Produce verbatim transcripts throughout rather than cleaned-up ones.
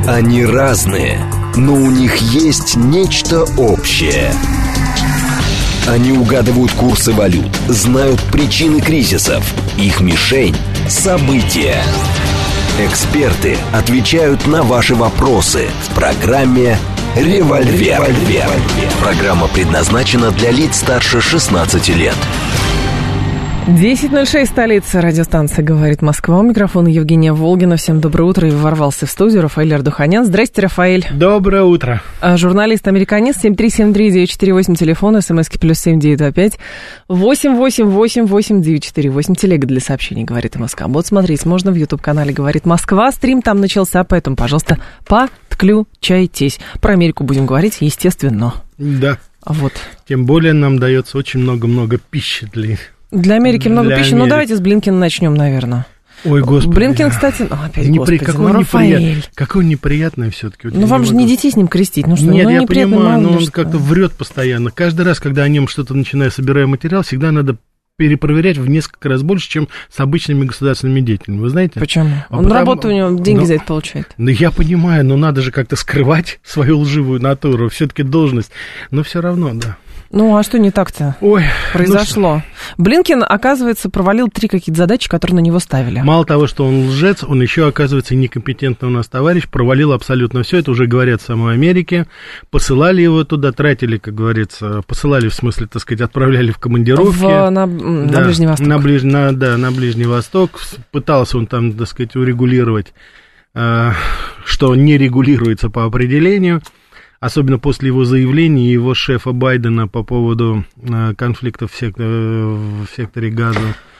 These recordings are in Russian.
Они разные, но у них есть нечто общее. Они угадывают курсы валют, знают причины кризисов. Их мишень – события. Эксперты отвечают на ваши вопросы в программе «Револьвер». «Револьвер». Программа предназначена для лиц старше шестнадцати лет. десять ноль шесть, столица, радиостанция «Говорит Москва». У микрофона Евгения Волгина. Всем доброе утро. И ворвался в студию Рафаэль Ардуханян. Здрасте, Рафаэль. Доброе утро. Журналист-американист. Семь три семь три девять четыре восемь. Телефон. СМСки плюс семь девять два пять восемь восемь восемь восемь девять четыре восемь. Телега для сообщений «Говорит Москва». Вот смотреть можно в YouTube-канале «Говорит Москва». Стрим там начался, поэтому, пожалуйста, подключайтесь. Про Америку будем говорить, естественно. Да. Вот. Тем более нам дается очень много-много пищи для... Для Америки много Для пищи. Америки. Ну, давайте с Блинкина начнем, наверное. Ой, господи. Блинкин, кстати... Ну, опять, Непри... господи, какой ну, неприятный, Рафаэль. какой неприятный все-таки. Вот ну, вам же не детей с ним крестить. Ну, что, Нет, ну, я неприятно, понимаю, но он что. как-то врет постоянно. Каждый раз, когда о нем что-то начинаю, собираю материал, всегда надо перепроверять в несколько раз больше, чем с обычными государственными деятелями. Вы знаете? Почему? А Он потому... работу, у него деньги ну, за это получает. Да я понимаю, но надо же как-то скрывать свою лживую натуру. Все-таки должность. Но все равно, да. Ну, а что не так-то Ой, произошло? Ну, Блинкин, оказывается, провалил три какие-то задачи, которые на него ставили. Мало того, что он лжец, он еще, оказывается, некомпетентный у нас товарищ, провалил абсолютно все, это уже говорят в самой Америке, посылали его туда, тратили, как говорится, посылали, в смысле, так сказать, отправляли в командировки. В, на, на да, Ближний Восток. На, ближ, на, да, на Ближний Восток. Пытался он там, так сказать, урегулировать, э, что не регулируется по определению. Особенно после его заявления и его шефа Байдена по поводу э, конфликтов в, сектор, в секторе Газа.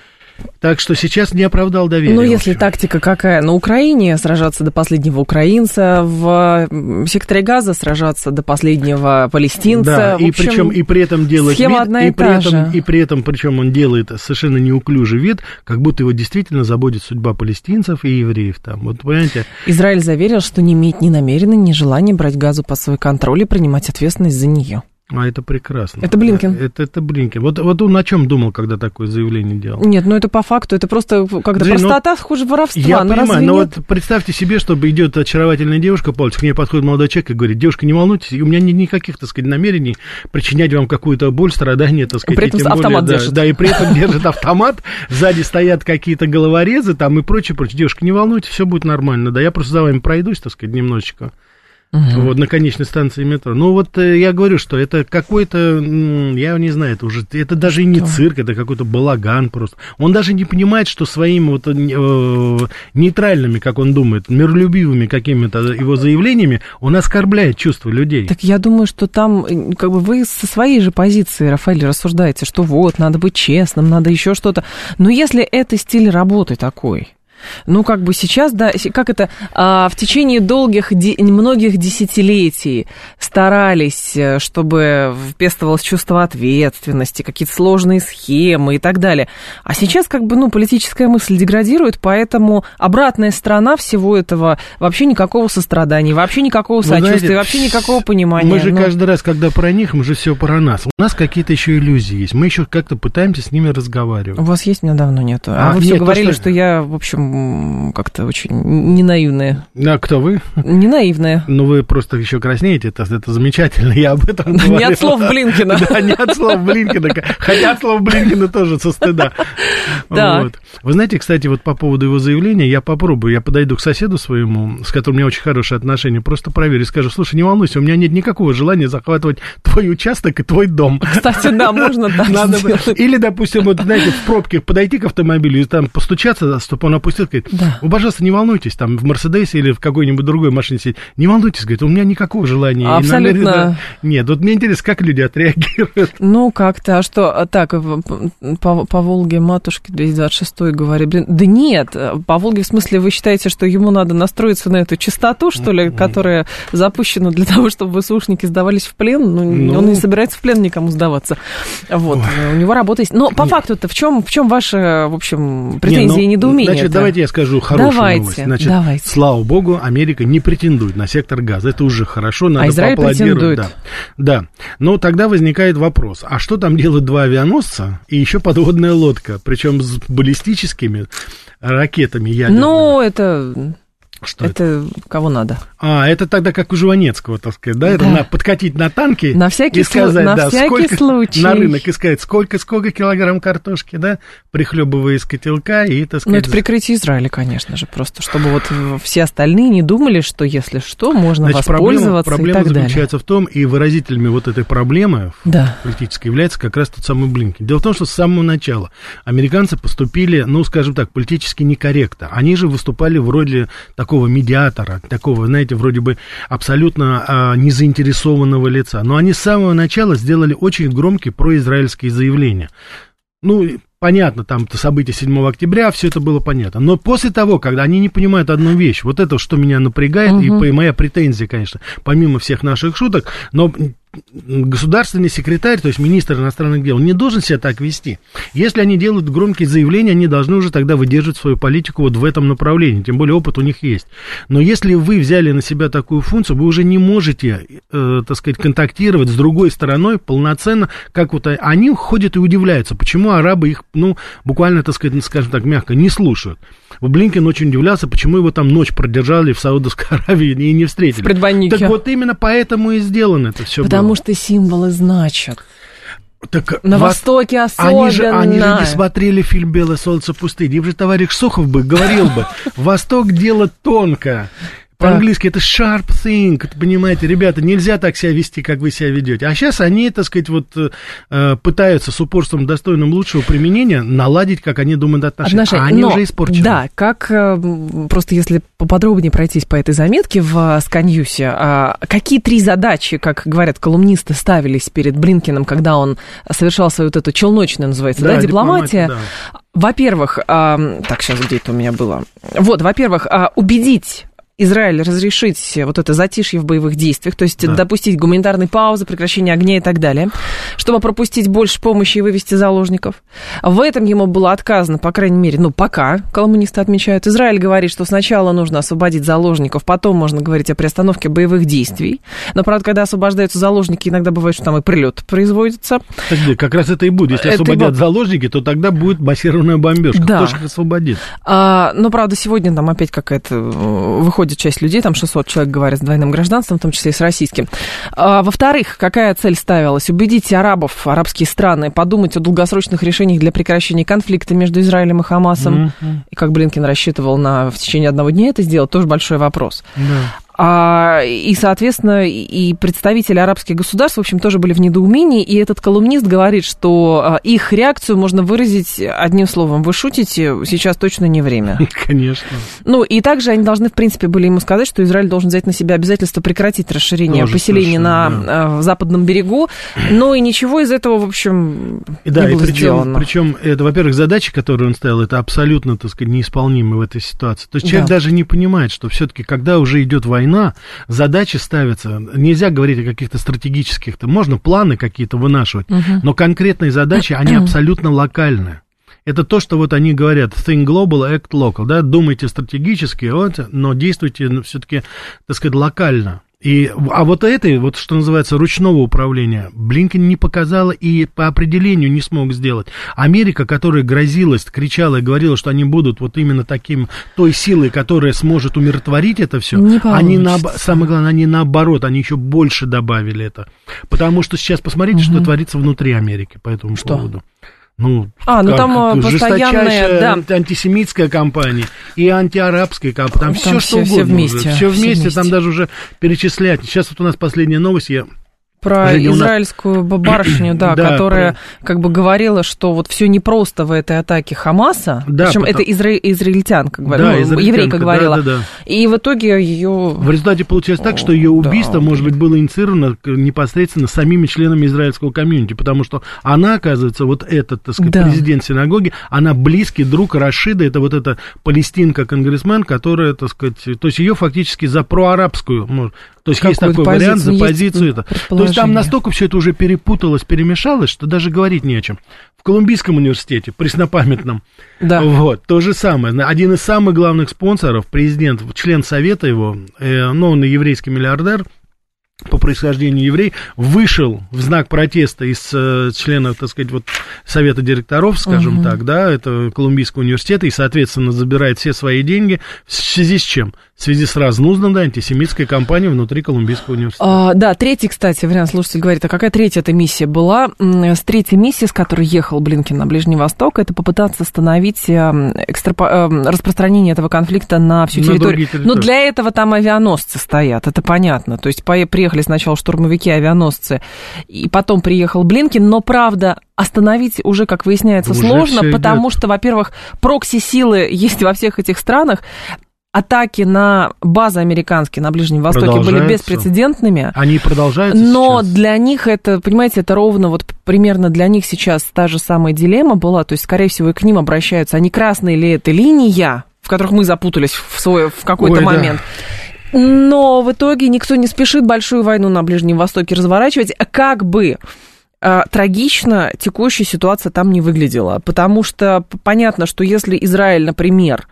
Так что сейчас не оправдал доверия. Ну, если тактика какая? На Украине сражаться до последнего украинца, в секторе Газа сражаться до последнего палестинца. Да, в и, общем, причем, и при этом делает схема вид, одна и, и, при та этом, же. и при этом, причем он делает совершенно неуклюжий вид, как будто его действительно заботит судьба палестинцев и евреев там. Вот, понимаете? Израиль заверил, что не имеет ни намерения, ни желания брать Газу под свой контроль и принимать ответственность за нее. А это прекрасно. Это Блинкин. Это, это Блинкин. Вот, вот он о чем думал, когда такое заявление делал? Нет, ну это по факту, это просто как-то Жень, простота ну, хуже воровства. Я ну, понимаю, но нет? вот представьте себе, чтобы идет очаровательная девушка по улице, к ней подходит молодой человек и говорит: девушка, не волнуйтесь, у меня нет никаких, так сказать, намерений причинять вам какую-то боль, страдания, так сказать. При этом и тем автомат более, держит. Да, да, и при этом держит автомат, сзади стоят какие-то головорезы там и прочее, прочее. Девушка, не волнуйтесь, все будет нормально, да, я просто за вами пройдусь, так сказать, немножечко. Uh-huh. Вот, на конечной станции метро. Ну, вот я говорю, что это какой-то, я не знаю, это уже, это даже и не цирк, это какой-то балаган просто. Он даже не понимает, что своими вот э, нейтральными, как он думает, миролюбивыми какими-то его заявлениями он оскорбляет чувства людей. Так я думаю, что там, как бы, вы со своей же позиции, Рафаэль, рассуждаете, что вот, надо быть честным, надо еще что-то. Но если это стиль работы такой... Ну, как бы сейчас, да, как это, а, в течение долгих, де, многих десятилетий старались, чтобы пестовалось чувство ответственности, какие-то сложные схемы и так далее. А сейчас, как бы, ну, политическая мысль деградирует, поэтому обратная сторона всего этого вообще никакого сострадания, вообще никакого сочувствия, знаете, вообще никакого понимания. Мы же ну... каждый раз, когда про них, мы же все про нас. У нас какие-то еще иллюзии есть. Мы еще как-то пытаемся с ними разговаривать. У вас есть? У меня давно нету. А, а вы все говорили, то, что... что я, в общем, как-то очень не наивная. А кто вы? Не наивная. Ну, вы просто еще краснеете, это, это замечательно, я об этом говорил. Не от слов Блинкина. Да, не от слов Блинкина, хотя от слов Блинкина тоже со стыда. Вот. Вы знаете, кстати, вот по поводу его заявления, я попробую, я подойду к соседу своему, с которым у меня очень хорошие отношения, просто проверю и скажу: слушай, не волнуйся, у меня нет никакого желания захватывать твой участок и твой дом. Кстати, да, можно так сделать. Или, допустим, вот, знаете, в пробке подойти к автомобилю и там постучаться, чтобы он опустил, говорит: да. Вы, пожалуйста, не волнуйтесь, там, в Мерседесе или в какой-нибудь другой машине сидеть, не волнуйтесь, говорит, у меня никакого желания. Абсолютно. И намеренно... Нет, вот мне интересно, как люди отреагируют. Ну, как-то, а что, так, по, по Волге матушке двести двадцать шестой говорит, блин, да нет, по Волге, в смысле, вы считаете, что ему надо настроиться на эту частоту, что ли, которая запущена для того, чтобы ВСУшники сдавались в плен? Ну, ну... он не собирается в плен никому сдаваться. Вот, ой. У него работа есть. Но по факту-то в чем, в чем ваши, в общем, претензии не, ну, и недоумения? Значит, давайте я скажу хорошую давайте, новость. Значит, давайте. Слава богу, Америка не претендует на сектор Газа. Это уже хорошо, надо а Израиль поаплодировать. Претендует. Да. да. Но тогда возникает вопрос, а что там делают два авианосца и еще подводная лодка, причем с баллистическими ракетами ядерными? Ну, это... Что это, это кого надо? А, это тогда как у Жванецкого, так сказать, да? Это да. на, подкатить на танки на всякий и сказать, на да, всякий сколько, случай. на рынок и сказать, сколько, сколько килограмм картошки, да, прихлебывая из котелка и, так сказать... Ну, это прикрытие Израиля, конечно же, просто чтобы вот все остальные не думали, что если что, можно Значит, воспользоваться проблема, проблема и так далее. заключается в том, и выразителями вот этой проблемы да. политической является как раз тот самый Блинкен. Дело в том, что с самого начала американцы поступили, ну, скажем так, политически некорректно. Они же выступали в роли такого медиатора, такого, знаете, вроде бы абсолютно а, незаинтересованного лица. Но они с самого начала сделали очень громкие произраильские заявления. Ну, понятно, там события седьмого октября, все это было понятно. Но после того, когда они не понимают одну вещь, вот это, что меня напрягает, угу. и моя претензия, конечно, помимо всех наших шуток, но государственный секретарь, то есть министр иностранных дел, не должен себя так вести. Если они делают громкие заявления, они должны уже тогда выдерживать свою политику вот в этом направлении, тем более опыт у них есть. Но если вы взяли на себя такую функцию, вы уже не можете, э, так сказать, контактировать с другой стороной полноценно, как вот они ходят и удивляются, почему арабы их, ну, буквально, так сказать, скажем так, мягко, не слушают. Блинкен очень удивлялся, почему его там ночь продержали в Саудовской Аравии и не встретили. В предбаннике. Так вот именно поэтому и сделано это все. Потому было. Что символы значат. Так на вас... Востоке особенно. Они же, они же не смотрели фильм «Белое солнце пустыни». Им же товарищ Сухов бы говорил бы, Восток дело тонко. По-английски это sharp thing, понимаете, ребята, нельзя так себя вести, как вы себя ведете. А сейчас они, так сказать, вот пытаются с упорством достойным лучшего применения наладить, как они думают, отношения. отношения. А они но, уже испорчены. Да, как, просто если поподробнее пройтись по этой заметке в Sky-News, какие три задачи, как говорят колумнисты, ставились перед Блинкеном, когда он совершал свою вот эту челночную, называется, да, да, дипломатия? дипломатия да. Во-первых, так, сейчас где это у меня было? Вот, во-первых, убедить Израиль разрешить вот это затишье в боевых действиях, то есть да. допустить гуманитарные паузы, прекращение огня и так далее, чтобы пропустить больше помощи и вывести заложников. В этом ему было отказано, по крайней мере, ну, пока, колумнисты отмечают. Израиль говорит, что сначала нужно освободить заложников, потом можно говорить о приостановке боевых действий. Но, правда, когда освобождаются заложники, иногда бывает, что там и прилет производится. Так, как раз это и будет. Если это освободят и... заложники, то тогда будет массированная бомбежка. Да. Кто же их освободит? А, но, правда, сегодня там опять какая-то выходит часть людей, там шестьсот человек, говорят, с двойным гражданством, в том числе и с российским. А, во-вторых, какая цель ставилась? Убедить арабов, арабские страны, подумать о долгосрочных решениях для прекращения конфликта между Израилем и Хамасом. Mm-hmm. И как Блинкен рассчитывал на, в течение одного дня это сделать, тоже большой вопрос. Yeah. А, и, соответственно, и представители арабских государств, в общем, тоже были в недоумении, и этот колумнист говорит, что их реакцию можно выразить одним словом. Вы шутите, сейчас точно не время. Конечно. Ну, и также они должны, в принципе, были ему сказать, что Израиль должен взять на себя обязательство прекратить расширение тоже поселений на да. западном берегу, но и ничего из этого, в общем, и, да, не было и причем, сделано. Причем, это, во-первых, задачи, которые он ставил, это абсолютно, так сказать, неисполнимы в этой ситуации. То есть человек да. даже не понимает, что все-таки, когда уже идет война, задачи ставятся, нельзя говорить о каких-то стратегических, можно планы какие-то вынашивать, uh-huh. но конкретные задачи, они абсолютно локальные. Это то, что вот они говорят, think global, act local, да, думайте стратегически, вот, но действуйте все-таки, так сказать, локально. И, а вот это, вот что называется, ручного управления, Блинкен не показала и по определению не смог сделать. Америка, которая грозилась, кричала и говорила, что они будут вот именно таким, той силой, которая сможет умиротворить это все, они, на, самое главное, они наоборот, они еще больше добавили это. Потому что сейчас посмотрите, угу. что творится внутри Америки по этому что? поводу. Ну, а, ну как, там постоянная да. антисемитская кампания и антиарабская кампания, там, там все, что все, угодно. Все вместе. Все, все вместе, вместе, там даже уже перечислять. Сейчас вот у нас последняя новость, я... Про Женя, израильскую нас... барышню, да, да, которая про... как бы говорила, что вот все непросто в этой атаке Хамаса. Да, причем потому... это изра... израильтянка, говорила, да, ну, еврейка говорила. Да, да, да. И в итоге ее. В результате получилось так, что ее убийство, да, может быть, было инициировано непосредственно самими членами израильского комьюнити, потому что она, оказывается, вот этот, так сказать, да. президент синагоги, она близкий друг Рашида, это вот эта палестинка-конгрессмен, которая, так сказать, то есть ее фактически за проарабскую, может, то есть есть такой вариант за позицию это. То есть там настолько все это уже перепуталось, перемешалось, что даже говорить не о чем. В Колумбийском университете, преснопамятном, да. вот, то же самое. Один из самых главных спонсоров, президент, член совета его, э, ну, он и еврейский миллиардер, по происхождению еврей, вышел в знак протеста из э, членов, так сказать, вот, совета директоров, скажем uh-huh. так, да, это Колумбийского университета, и, соответственно, забирает все свои деньги. В связи с чем? В в связи с разнузданной антисемитской кампанией внутри Колумбийского университета. А, да, третий, кстати, вариант слушатель говорит, а какая третья эта миссия была? С третьей миссией, с которой ехал Блинкен на Ближний Восток, это попытаться остановить экстрапо... распространение этого конфликта на всю на территорию. Но для этого там авианосцы стоят, это понятно. То есть приехали сначала штурмовики, авианосцы, и потом приехал Блинкен, но, правда, остановить уже, как выясняется, уже сложно, потому идет. Что, во-первых, прокси-силы есть во всех этих странах. Атаки на базы американские на Ближнем Востоке были беспрецедентными. Они продолжаются Но сейчас? Для них это, понимаете, это ровно вот примерно для них сейчас та же самая дилемма была. То есть, скорее всего, и к ним обращаются. А не красная ли это линия, в которых мы запутались в, свой, в какой-то Ой, момент. Да. Но в итоге никто не спешит большую войну на Ближнем Востоке разворачивать. Как бы трагично текущая ситуация там не выглядела. Потому что понятно, что если Израиль, например,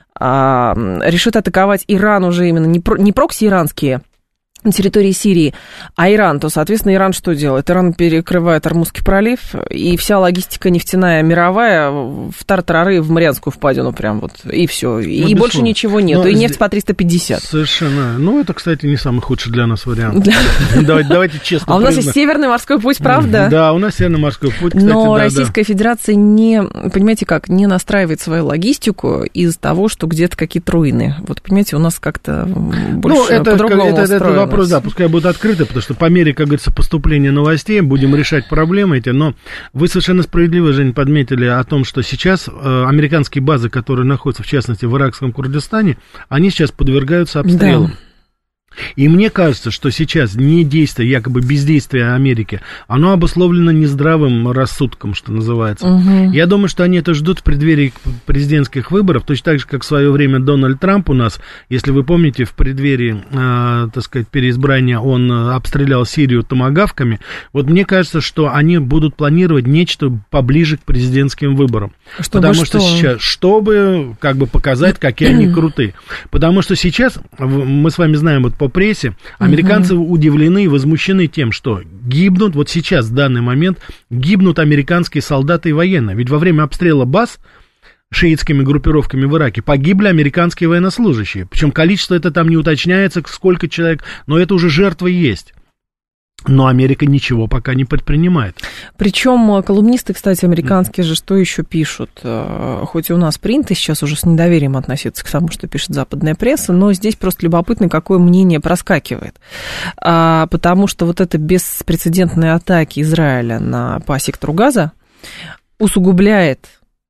решит атаковать Иран уже именно не, про, не прокси иранские на территории Сирии, а Иран, то, соответственно, Иран что делает? Иран перекрывает Ормузский пролив, и вся логистика нефтяная мировая в тартарары, в Марианскую впадину прям вот, и все. И ну, больше ничего нет. И нефть по триста пятьдесят. Совершенно. Ну, это, кстати, не самый худший для нас вариант. Давайте честно. А у нас есть Северный морской путь, правда? Да, у нас Северный морской путь. Но Российская Федерация не, понимаете как, не настраивает свою логистику из-за того, что где-то какие-то руины. Вот, понимаете, у нас как-то больше по-другому устроено. Вопрос, да, пускай будут открыты, потому что по мере, как говорится, поступления новостей будем решать проблемы эти, но вы совершенно справедливо, Жень, подметили о том, что сейчас э, американские базы, которые находятся, в частности, в иракском Курдистане, они сейчас подвергаются обстрелам. Да. И мне кажется, что сейчас не действие, якобы бездействие Америки, оно обусловлено нездравым рассудком, что называется. Угу. Я думаю, что они это ждут в преддверии президентских выборов, точно так же, как в свое время Дональд Трамп у нас, если вы помните, в преддверии, э, так сказать, переизбрания он обстрелял Сирию томагавками. Вот мне кажется, что они будут планировать нечто поближе к президентским выборам. Чтобы потому что? что сейчас, чтобы как бы показать, какие они крутые. Потому что сейчас, мы с вами знаем, вот по прессе, американцы угу. удивлены и возмущены тем, что гибнут, вот сейчас, в данный момент, гибнут американские солдаты и военные. Ведь во время обстрела баз шиитскими группировками в Ираке погибли американские военнослужащие. Причем количество это там не уточняется, сколько человек, но это уже жертвы есть. Но Америка ничего пока не предпринимает. Причем колумнисты, кстати, американские же что еще пишут? Хоть и у нас принято сейчас уже с недоверием относиться к тому, что пишет западная пресса, но здесь просто любопытно, какое мнение проскакивает. А, потому что вот это беспрецедентные атаки Израиля на, по сектору Газа усугубляет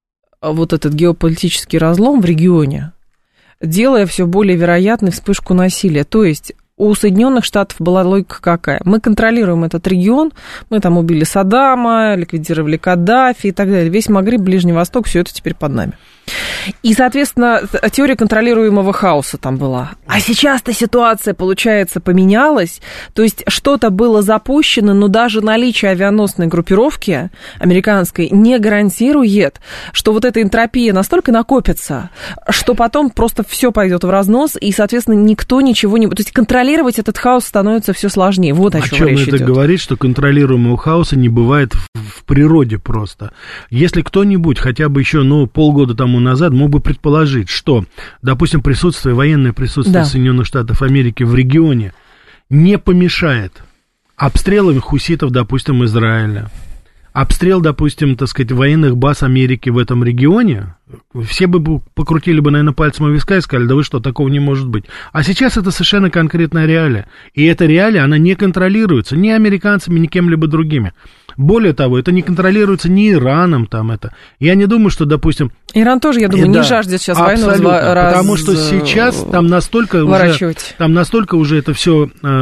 вот этот геополитический разлом в регионе, делая все более вероятной вспышку насилия. То есть у Соединенных Штатов была логика какая? Мы контролируем этот регион, мы там убили Саддама, ликвидировали Каддафи и так далее. Весь Магриб, Ближний Восток, все это теперь под нами. И, соответственно, теория контролируемого хаоса там была. А сейчас-то ситуация, получается, поменялась. То есть что-то было запущено, но даже наличие авианосной группировки американской не гарантирует, что вот эта энтропия настолько накопится, что потом просто все пойдет в разнос, и, соответственно, никто ничего не... То есть контролировать этот хаос становится все сложнее. Вот о, о чем, чем речь идет. О чем это говорит, что контролируемого хаоса не бывает в, в природе просто. Если кто-нибудь хотя бы еще, ну, полгода тому назад мог бы предположить, что, допустим, присутствие, военное присутствие да. Соединенных Штатов Америки в регионе не помешает обстрелам хуситов, допустим, Израиля, обстрел, допустим, так сказать, военных баз Америки в этом регионе, все бы покрутили бы, наверное, пальцем у виска и сказали, да вы что, такого не может быть. А сейчас это совершенно конкретная реалия. И эта реалия, она не контролируется ни американцами, ни кем-либо другими. Более того, это не контролируется ни Ираном там это. Я не думаю, что, допустим... Иран тоже, я думаю, да, не жаждет сейчас войну абсолютно, раз... потому что сейчас там настолько уже, там настолько уже это все, э,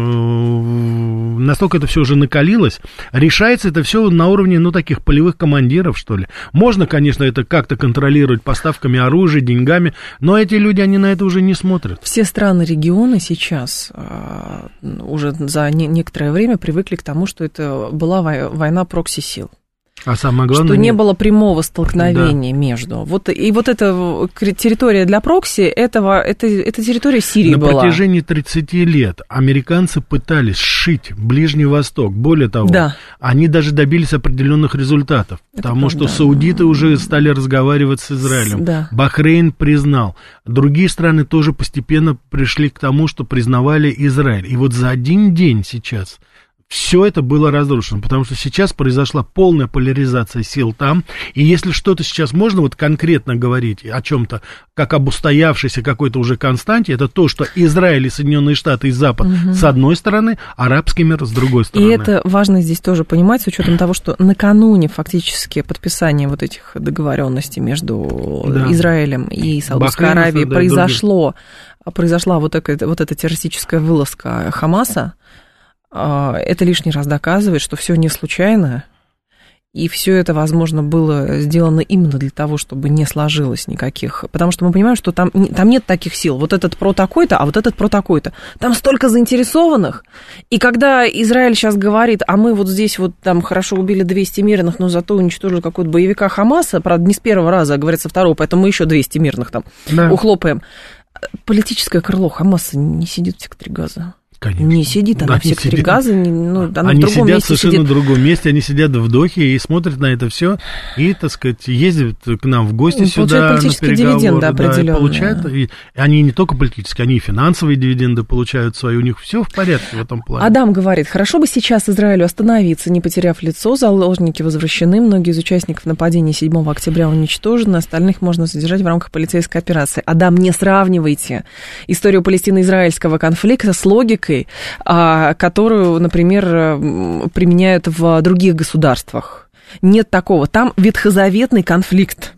настолько это все уже накалилось, решается это все на уровне, ну, таких полевых командиров, что ли. Можно, конечно, это как-то контролировать поставками оружия, деньгами, но эти люди, они на это уже не смотрят. Все страны региона сейчас э, уже за не, некоторое время привыкли к тому, что это была война прокси-сил. А самое главное, что не нет. было прямого столкновения да. между. Вот, и вот эта территория для прокси, этого, это, это территория Сирии На была. На протяжении тридцати лет американцы пытались сшить Ближний Восток. Более того, да. они даже добились определенных результатов. Это потому правда. Что саудиты уже стали разговаривать с Израилем. Да. Бахрейн признал. Другие страны тоже постепенно пришли к тому, что признавали Израиль. И вот за один день сейчас... Все это было разрушено, потому что сейчас произошла полная поляризация сил там, и если что-то сейчас можно вот конкретно говорить о чем-то, как об устоявшейся какой-то уже константе, это то, что Израиль и Соединенные Штаты и Запад угу. с одной стороны, арабский мир с другой стороны. И это важно здесь тоже понимать, с учетом того, что накануне фактически подписания вот этих договоренностей между да. Израилем и Саудовской Бахрейн, Аравией да, произошло, произошла вот, эта, вот эта террористическая вылазка Хамаса. Это лишний раз доказывает, что все не случайно, и все это, возможно, было сделано именно для того, чтобы не сложилось никаких. Потому что мы понимаем, что там, там нет таких сил. Вот этот про такой-то, а вот этот про такой-то. Там столько заинтересованных. И когда Израиль сейчас говорит, а мы вот здесь вот там хорошо убили двести мирных, но зато уничтожили какого-то боевика Хамаса, правда, не с первого раза, а говорят со второго, поэтому мы еще двести мирных там да. ухлопаем. Политическое крыло Хамаса не сидит в секторе Газа. Конечно. Не сидит она да, в секторе сидит. Газа, не, ну, она они в другом сидят месте совершенно сидит. в другом месте, они сидят в Дохе и смотрят на это все, и, так сказать, ездят к нам в гости ну, сюда на переговоры. Да, да, и получают, и они не только политические, они и финансовые дивиденды получают свои, у них все в порядке в этом плане. Адам говорит, хорошо бы сейчас Израилю остановиться, не потеряв лицо, заложники возвращены, многие из участников нападения седьмого октября уничтожены, остальных можно задержать в рамках полицейской операции. Адам, не сравнивайте историю палестино-израильского конфликта с логикой, которую, например, применяют в других государствах. Нет такого. Там ветхозаветный конфликт.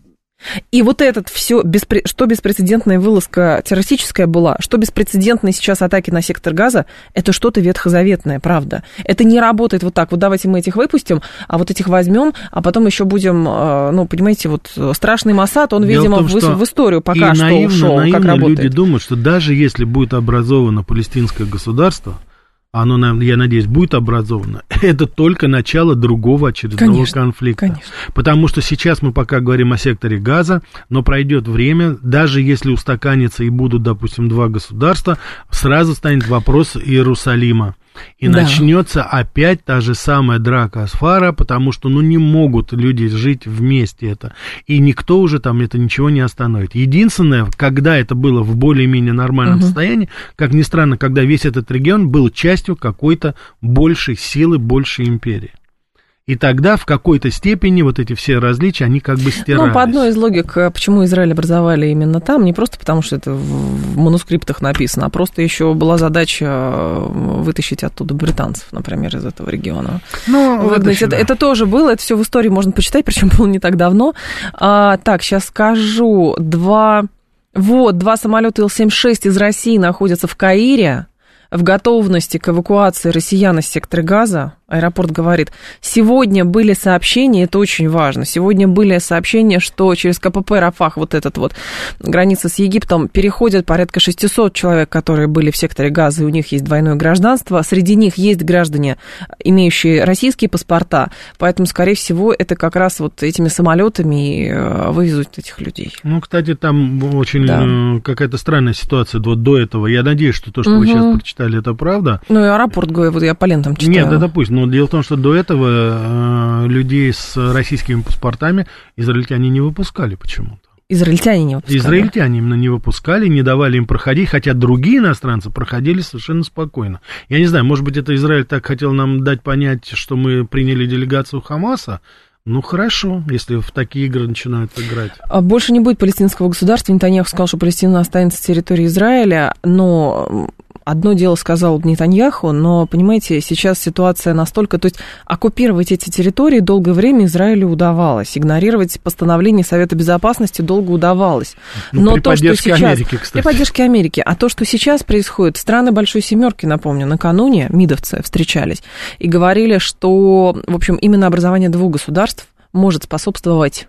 И вот этот все, беспре... что беспрецедентная вылазка террористическая была, что беспрецедентные сейчас атаки на сектор Газа, это что-то ветхозаветное, правда. Это не работает вот так. Вот давайте мы этих выпустим, а вот этих возьмем, а потом еще будем, ну, понимаете, вот страшный Моссад, он, Дело видимо, в, том, в, в историю пока и что наивно, ушел, наивно как работает. Люди думают, что даже если будет образовано палестинское государство, оно, я надеюсь, будет образовано, это только начало другого очередного конечно, конфликта. Конечно. Потому что сейчас мы пока говорим о секторе Газа, но пройдет время, даже если устаканится и будут, допустим, два государства, сразу станет вопрос Иерусалима. И да. начнется опять та же самая драка Асфара, потому что, ну, не могут люди жить вместе это. И никто уже там это ничего не остановит. Единственное, когда это было в более-менее нормальном угу. состоянии, как ни странно, когда весь этот регион был частью какой-то большей силы, большей империи. И тогда в какой-то степени вот эти все различия, они как бы стирались. Ну, по одной из логик, почему Израиль образовали именно там, не просто потому, что это в манускриптах написано, а просто еще была задача вытащить оттуда британцев, например, из этого региона. Ну, выгнать. Это, это тоже было, это все в истории можно почитать, причем было не так давно. А, так, сейчас скажу. Два, вот, два самолета Ил семьдесят шесть из России находятся в Каире в готовности к эвакуации россиян из сектора Газа. Аэропорт говорит, сегодня были сообщения, это очень важно, сегодня были сообщения, что через КПП Рафах, вот этот вот, граница с Египтом, переходят порядка шестьсот человек, которые были в секторе Газа, и у них есть двойное гражданство. Среди них есть граждане, имеющие российские паспорта, поэтому, скорее всего, это как раз вот этими самолетами вывезут этих людей. Ну, кстати, там очень да. какая-то странная ситуация вот до этого. Я надеюсь, что то, что угу. вы сейчас прочитали, это правда. Ну, и аэропорт, вот я по лентам читаю. Нет, да допустим. Но дело в том, что до этого э, людей с российскими паспортами израильтяне не выпускали почему-то. Израильтяне не выпускали? Израильтяне именно не выпускали, не давали им проходить, хотя другие иностранцы проходили совершенно спокойно. Я не знаю, может быть, это Израиль так хотел нам дать понять, что мы приняли делегацию Хамаса. Ну, хорошо, если в такие игры начинают играть. Больше не будет палестинского государства. Нетаньяху сказал, что Палестина останется территорией Израиля, но... Одно дело сказал Нетаньяху, но, понимаете, сейчас ситуация настолько... То есть оккупировать эти территории долгое время Израилю удавалось. Игнорировать постановление Совета Безопасности долго удавалось. Ну, но при то, поддержке что сейчас, Америки, кстати. При поддержке Америки. А то, что сейчас происходит... Страны Большой Семерки, напомню, накануне мидовцы встречались и говорили, что, в общем, именно образование двух государств может способствовать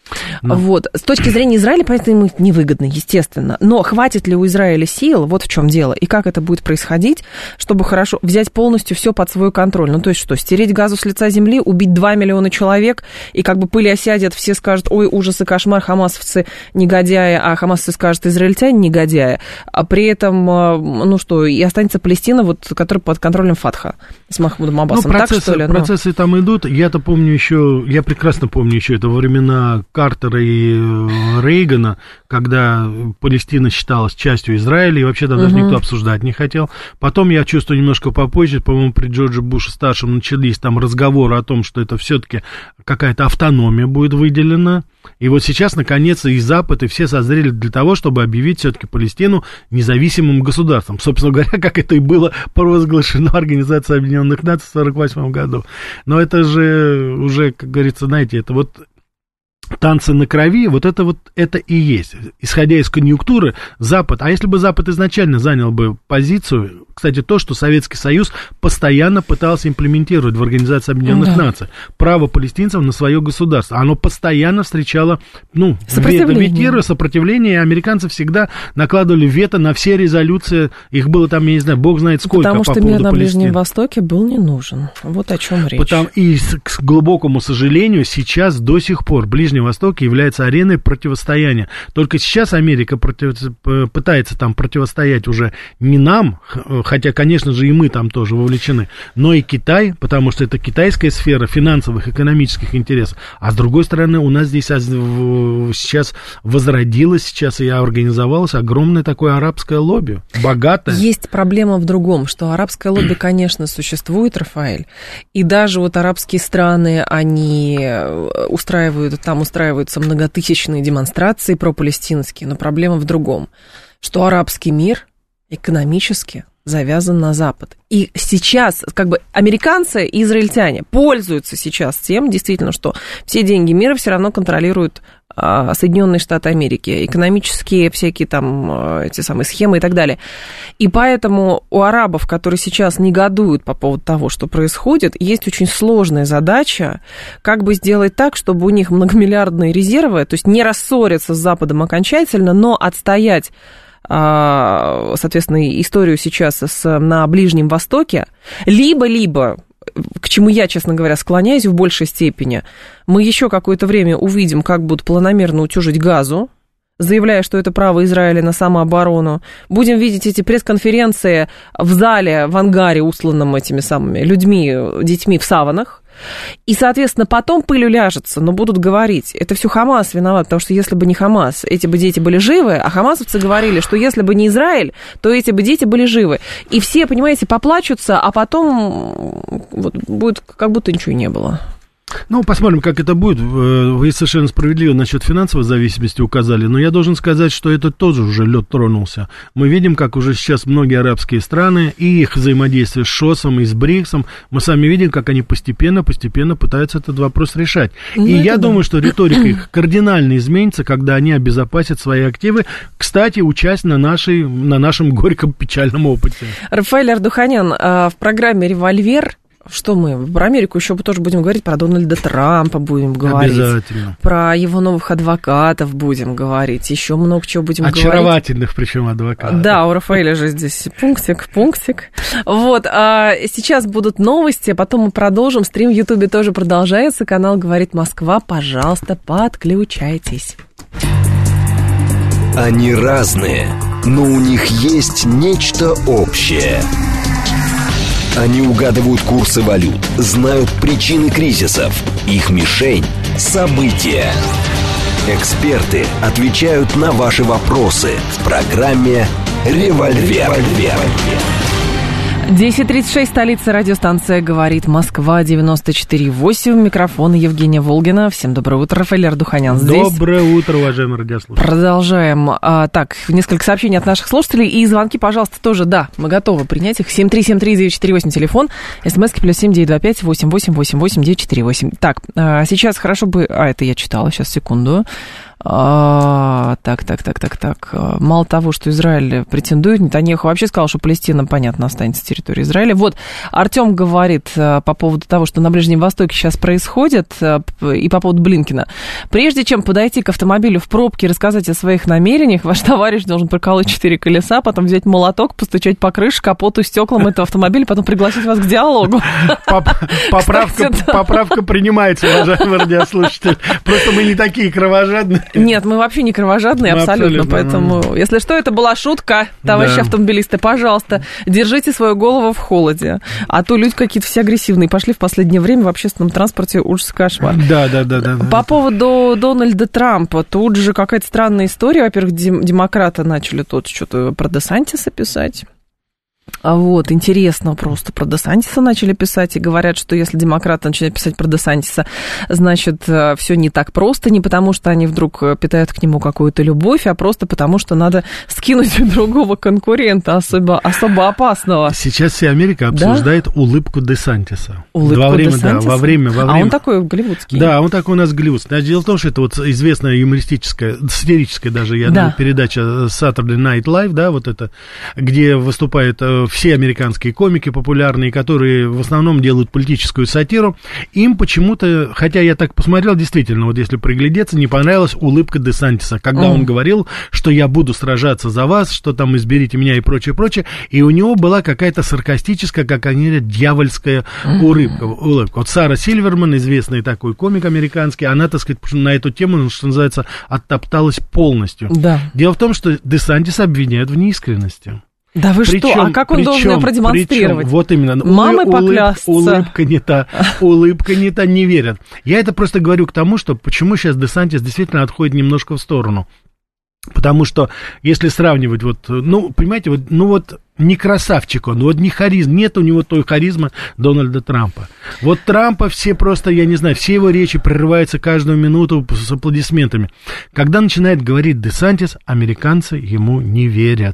Но. Вот. С точки зрения Израиля, поэтому им невыгодно, естественно. Но хватит ли у Израиля сил, вот в чем дело, и как это будет происходить, чтобы хорошо взять полностью все под свой контроль? Ну, то есть что, стереть Газу с лица земли, убить два миллиона человек, и как бы пыль осядет, все скажут, ой, ужас и кошмар, хамасовцы негодяи, а хамасовцы скажут, израильтяне негодяи, а при этом, ну что, и останется Палестина, вот, которая под контролем Фатха с Махмудом Аббасом. Ну, процессы, так, что ли? процессы ну... там идут. Я-то помню еще, я прекрасно помню еще это во времена Картера и Рейгана, когда Палестина считалась частью Израиля, и вообще там даже uh-huh. никто обсуждать не хотел. Потом, я чувствую, немножко попозже, по-моему, при Джордже Буше-старшем начались там разговоры о том, что это все-таки какая-то автономия будет выделена. И вот сейчас, наконец, и Запад, и все созрели для того, чтобы объявить все-таки Палестину независимым государством. Собственно говоря, как это и было провозглашено Организацией Объединенных Наций в сорок восьмом году. Но это же уже, как говорится, знаете, это вот танцы на крови, вот это вот это и есть. Исходя из конъюнктуры, Запад, а если бы Запад изначально занял бы позицию, кстати, то, что Советский Союз постоянно пытался имплементировать в Организации Объединенных да. Наций, право палестинцев на свое государство, оно постоянно встречало, ну, сопротивление. сопротивление, и американцы всегда накладывали вето на все резолюции, их было там, я не знаю, бог знает сколько Потому по что поводу мир на Палестины. Ближнем Востоке был не нужен. Вот о чем речь. Потому, и, к глубокому сожалению, сейчас до сих пор Ближний Восток является ареной противостояния. Только сейчас Америка против, пытается там противостоять уже не нам, хотя, конечно же, и мы там тоже вовлечены, но и Китай, потому что это китайская сфера финансовых, экономических интересов. А с другой стороны, у нас здесь сейчас возродилось, сейчас и организовалось огромное такое арабское лобби, богатое. Есть проблема в другом, что арабское лобби, конечно, существует, Рафаэль, и даже вот арабские страны, они устраивают, там устраиваются многотысячные демонстрации пропалестинские, но проблема в другом, что арабский мир экономически завязан на Запад. И сейчас, как бы, американцы и израильтяне пользуются сейчас тем, действительно, что все деньги мира все равно контролируют а, Соединенные Штаты Америки, экономические всякие там эти самые схемы и так далее. И поэтому у арабов, которые сейчас негодуют по поводу того, что происходит, есть очень сложная задача, как бы сделать так, чтобы у них многомиллиардные резервы, то есть не рассориться с Западом окончательно, но отстоять, соответственно, историю сейчас с, на Ближнем Востоке, либо-либо, к чему я, честно говоря, склоняюсь в большей степени, мы еще какое-то время увидим, как будут планомерно утюжить Газу, заявляя, что это право Израиля на самооборону. Будем видеть эти пресс-конференции в зале, в ангаре, усланном этими самыми людьми, детьми в саванах. И, соответственно, потом пыль уляжется, но будут говорить, это все Хамас виноват, потому что если бы не Хамас, эти бы дети были живы, а хамасовцы говорили, что если бы не Израиль, то эти бы дети были живы. И все, понимаете, поплачутся, а потом вот, будет как будто ничего не было. Ну, посмотрим, как это будет. Вы совершенно справедливо насчет финансовой зависимости указали, но я должен сказать, что это тоже уже лед тронулся. Мы видим, как уже сейчас многие арабские страны и их взаимодействие с ШОСом и с БРИКСом, мы сами видим, как они постепенно-постепенно пытаются этот вопрос решать. Ну, и я да. думаю, что риторика их кардинально изменится, когда они обезопасят свои активы, кстати, учась на, нашей, на нашем горьком печальном опыте. Рафаэль Ардуханян в программе «Револьвер». Что мы? Про Америку еще тоже будем говорить, про Дональда Трампа будем говорить. Обязательно. Про его новых адвокатов будем говорить. Еще много чего будем говорить. Очаровательных, причем, адвокатов. Да, у Рафаэля же здесь пунктик, пунктик. Вот, а сейчас будут новости, потом мы продолжим. Стрим в Ютубе тоже продолжается. Канал «Говорит Москва». Пожалуйста, подключайтесь. Они разные, но у них есть нечто общее. Они угадывают курсы валют, знают причины кризисов. Их мишень – события. Эксперты отвечают на ваши вопросы в программе «Револьвер». десять тридцать шесть, столица, радиостанция «Говорит Москва», девяносто четыре восемь. Микрофон Евгения Волгина. Всем доброе утро. Рафаэль Ардуханян здесь. Доброе утро, уважаемые радиослушатели. Продолжаем. А, так, несколько сообщений от наших слушателей. И звонки, пожалуйста, тоже, да, мы готовы принять их. семь три семь три девять четыре восемь, телефон. СМСки плюс семь девять два пять восемь восемь восемь восемь девять четыре восемь. Так, а, сейчас хорошо бы... А, это я читала, сейчас, секунду. А, так, так, так, так, так. Мало того, что Израиль претендует, Нетаньяху вообще сказал, что Палестина, понятно, останется территорией территории Израиля. Вот, Артем говорит по поводу того, что на Ближнем Востоке сейчас происходит, и по поводу Блинкена. Прежде чем подойти к автомобилю в пробке и рассказать о своих намерениях, ваш товарищ должен проколоть четыре колеса, потом взять молоток, постучать по крыше, капоту, стеклам этого автомобиля, потом пригласить вас к диалогу. Поправка, поправка принимается, уважаемый радиослушатель. Просто мы не такие кровожадные. Нет, мы вообще не кровожадные, мы абсолютно. абсолютно. Поэтому, ну... если что, это была шутка, товарищи да. автомобилисты, пожалуйста, держите свою голову в холоде. А то люди какие-то все агрессивные пошли в последнее время в общественном транспорте, ужас, кошмар. Да, да, да, да. По поводу Дональда Трампа, тут же какая-то странная история. Во-первых, демократы начали тут что-то про Десантиса писать. А вот, интересно просто, про Десантиса начали писать, и говорят, что если демократы начинают писать про Десантиса, значит, все не так просто, не потому что они вдруг питают к нему какую-то любовь, а просто потому что надо скинуть другого конкурента, особо, особо опасного. Сейчас вся Америка обсуждает да? улыбку Десантиса. Улыбку во время, Десантиса? Да, во время, во время. А он такой голливудский. Да, он такой у нас голливудский. Дело в том, что это вот известная юмористическая, сатирическая даже, я да. думаю, передача Saturday Night Live, да, вот это, где выступает все американские комики популярные, которые в основном делают политическую сатиру, им почему-то, хотя я так посмотрел, действительно, вот если приглядеться, не понравилась улыбка Десантиса, когда mm. он говорил, что я буду сражаться за вас, что там изберите меня и прочее, прочее, и у него была какая-то саркастическая, как они говорят, дьявольская mm. улыбка, улыбка. Вот Сара Сильверман, известный такой комик американский, она, так сказать, на эту тему, что называется, оттопталась полностью. Да. Дело в том, что Десантиса обвиняют в неискренности. Да вы причем, что, а как он причем, должен ее продемонстрировать? Причем, вот именно. Мамой улыб, поклясться. Улыбка не та, улыбка не та, не верят. Я это просто говорю к тому, что почему сейчас Десантис действительно отходит немножко в сторону. Потому что, если сравнивать, вот, ну, понимаете, вот, ну вот, не красавчик он, вот не харизм, нет у него той харизмы Дональда Трампа. Вот Трампа все просто, я не знаю, все его речи прерываются каждую минуту с аплодисментами. Когда начинает говорить Десантис, американцы ему не верят.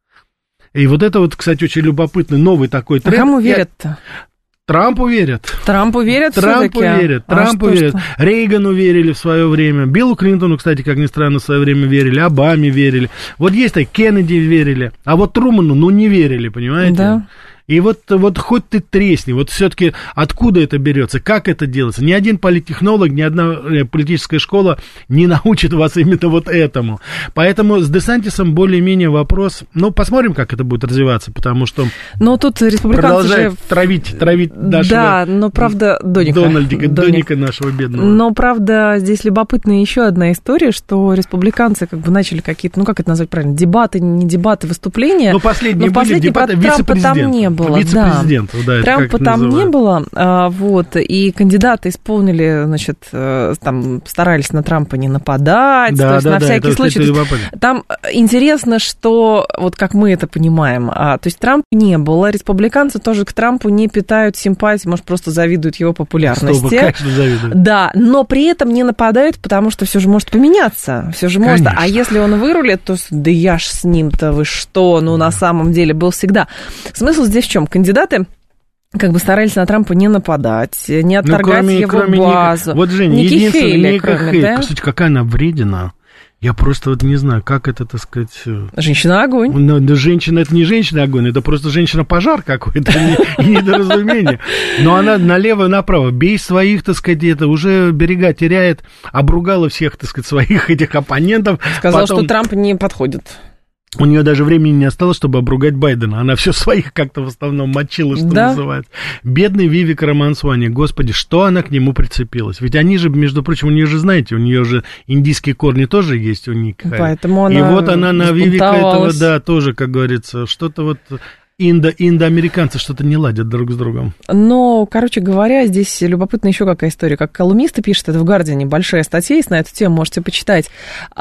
И вот это вот, кстати, очень любопытный новый такой тренд. А кому верят-то? Трампу верят. Трампу верят Трампу все-таки? верят, а Трампу что, верят. Что? Рейгану верили в свое время, Биллу Клинтону, кстати, как ни странно, в свое время верили, Обаме верили. Вот есть так, Кеннеди верили, а вот Труману, ну, не верили, понимаете? Да. И вот, вот хоть ты тресни, вот все-таки откуда это берется, как это делается? Ни один политтехнолог, ни одна политическая школа не научит вас именно вот этому. Поэтому с Десантисом более-менее вопрос, ну, посмотрим, как это будет развиваться, потому что но тут республиканцы продолжает же... травить, травить нашего... Да, но правда, Доника. Дональдика, Доник. Доника нашего бедного. Но, правда, здесь любопытная еще одна история, что республиканцы как бы начали какие-то, ну, как это назвать правильно, дебаты, не дебаты, выступления. Ну, последние но были дебаты, Трампа там не было. Вице-президент, да. Да, Трампа там не было, а, вот, и кандидаты исполнили, значит, там старались на Трампа не нападать, да, то есть да, на да, всякий это, случай. Это там интересно, что, вот как мы это понимаем, а, то есть Трампа не было, республиканцы тоже к Трампу не питают симпатии, может, просто завидуют его популярности. Чтобы, конечно, завидуют. Да, но при этом не нападают, потому что все же может поменяться, все же может. А если он вырулит, то да я ж с ним-то, вы что, ну, да. На самом деле был всегда. Смысл здесь в чем? Кандидаты как бы старались на Трампа не нападать, не отторгать ну, кроме, его кроме базу. Ники... Вот, Жень, Ники единственное, Хейли, Ника кроме, Хейли, да? Кстати, какая она вредина. Я просто вот не знаю, как это, так сказать... Женщина-огонь. Ну, да, женщина, это не женщина-огонь, это просто женщина-пожар какой-то, недоразумение. Но она налево-направо, бей своих, так сказать, это уже берега теряет, обругала всех, так сказать, своих этих оппонентов. Сказала, что Трамп не подходит. У нее даже времени не осталось, чтобы обругать Байдена. Она все своих как-то в основном мочила, что да? называется. Бедный Вивек Рамансвани, господи, что она к нему прицепилась? Ведь они же, между прочим, у нее же, знаете, у нее же индийские корни тоже есть у Ники. Поэтому она и вот она на Вивека этого, да, тоже, как говорится, что-то вот... Индо, индоамериканцы что-то не ладят друг с другом. Но, короче говоря, здесь любопытна еще какая история. Как колумнисты пишут, это в «Гардиане» большая статья есть на эту тему, можете почитать.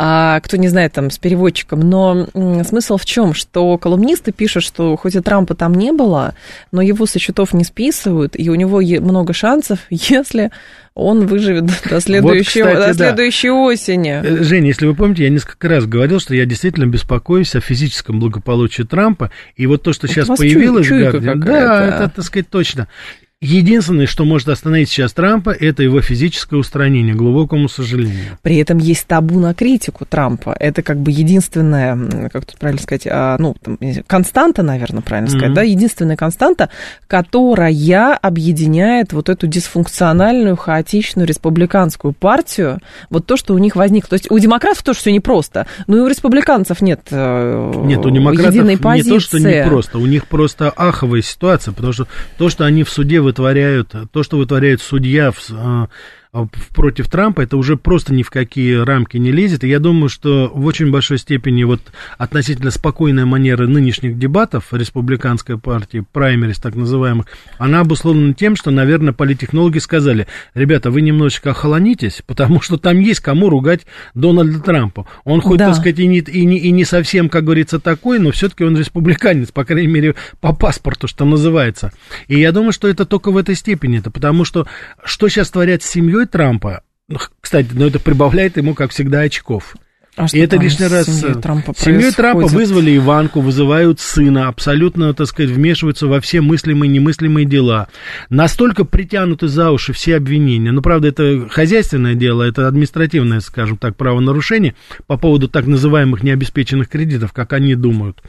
А кто не знает, там, с переводчиком. Но м, смысл в чем? Что колумнисты пишут, что хоть и Трампа там не было, но его со счетов не списывают, и у него много шансов, если... он выживет до следующей, вот, кстати, до следующей да. осени. Жень, если вы помните, я несколько раз говорил, что я действительно беспокоюсь о физическом благополучии Трампа. И вот то, что сейчас появилось... Чуйка да, это, так сказать, точно. Единственное, что может остановить сейчас Трампа, это его физическое устранение, к глубокому сожалению. При этом есть табу на критику Трампа. Это как бы единственная, как тут правильно сказать, ну, там, константа, наверное, правильно сказать, mm-hmm. да, единственная константа, которая объединяет вот эту дисфункциональную, хаотичную республиканскую партию, вот то, что у них возникло. То есть у демократов тоже все непросто, но и у республиканцев нет единой позиции. Нет, у демократов не то, что непросто, у них просто аховая ситуация, потому что то, что они в суде вытворяют, то, что вытворяет судья в, против Трампа, это уже просто ни в какие рамки не лезет. И я думаю, что в очень большой степени вот относительно спокойная манера нынешних дебатов республиканской партии, праймерис так называемых, она обусловлена тем, что, наверное, политтехнологи сказали: ребята, вы немножечко охолонитесь, потому что там есть кому ругать Дональда Трампа. Он хоть, да. так сказать, и не, и, не, и не совсем, как говорится, такой, но все-таки он республиканец, по крайней мере, по паспорту, что называется. И я думаю, что это только в этой степени-то, потому что что сейчас творят с семьей Трампа, кстати, но это прибавляет ему, как всегда, очков. А и это лишний раз... Семьей Трампа, семьей Трампа вызвали Иванку, вызывают сына, абсолютно, так сказать, вмешиваются во все мыслимые и немыслимые дела. Настолько притянуты за уши все обвинения. Ну, правда, это хозяйственное дело, это административное, скажем так, правонарушение по поводу так называемых необеспеченных кредитов, как они думают.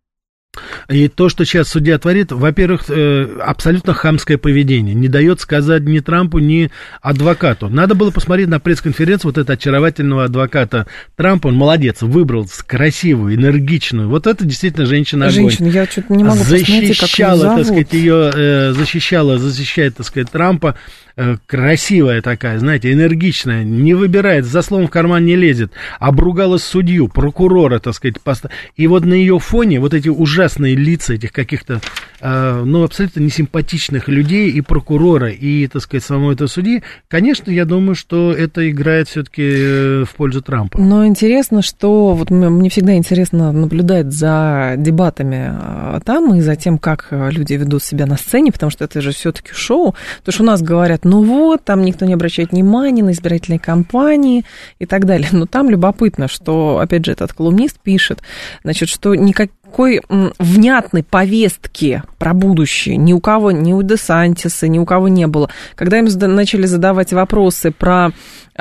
И то, что сейчас судья творит, во-первых, абсолютно хамское поведение. Не дает сказать ни Трампу, ни адвокату. Надо было посмотреть на пресс-конференцию вот этого очаровательного адвоката Трампа. Он молодец, выбрал красивую, энергичную. Вот это действительно женщина-огонь. Женщина, я что-то не могу посмотреть, как ее зовут. Так сказать, ее защищала, защищает, так сказать, Трампа. Красивая такая, знаете, энергичная, не выбирает, за словом в карман не лезет, обругала судью, прокурора, так сказать, пост... и вот на ее фоне вот эти ужасные лица этих каких-то, э, ну, абсолютно несимпатичных людей, и прокурора, и, так сказать, самого этого судьи, конечно, я думаю, что это играет все-таки в пользу Трампа. Но интересно, что, вот мне всегда интересно наблюдать за дебатами там и за тем, как люди ведут себя на сцене, потому что это же все-таки шоу, потому что у нас говорят: ну вот, там никто не обращает внимания на избирательные кампании и так далее. Но там любопытно, что, опять же, этот колумнист пишет, значит, что никакой внятной повестки про будущее ни у кого, ни у Десантиса, ни у кого не было. Когда им начали задавать вопросы про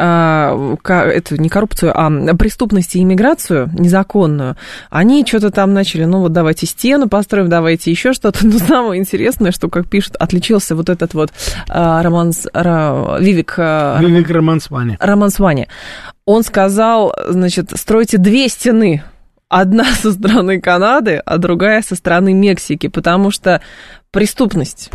это не коррупцию, а преступность и иммиграцию незаконную, они что-то там начали, ну вот давайте стену построим, давайте еще что-то. Но самое интересное, что, как пишут, отличился вот этот вот Романс, Вивек, Вивек Рамансвани. Рамансвани. Он сказал, значит, стройте две стены. Одна со стороны Канады, а другая со стороны Мексики, потому что преступность.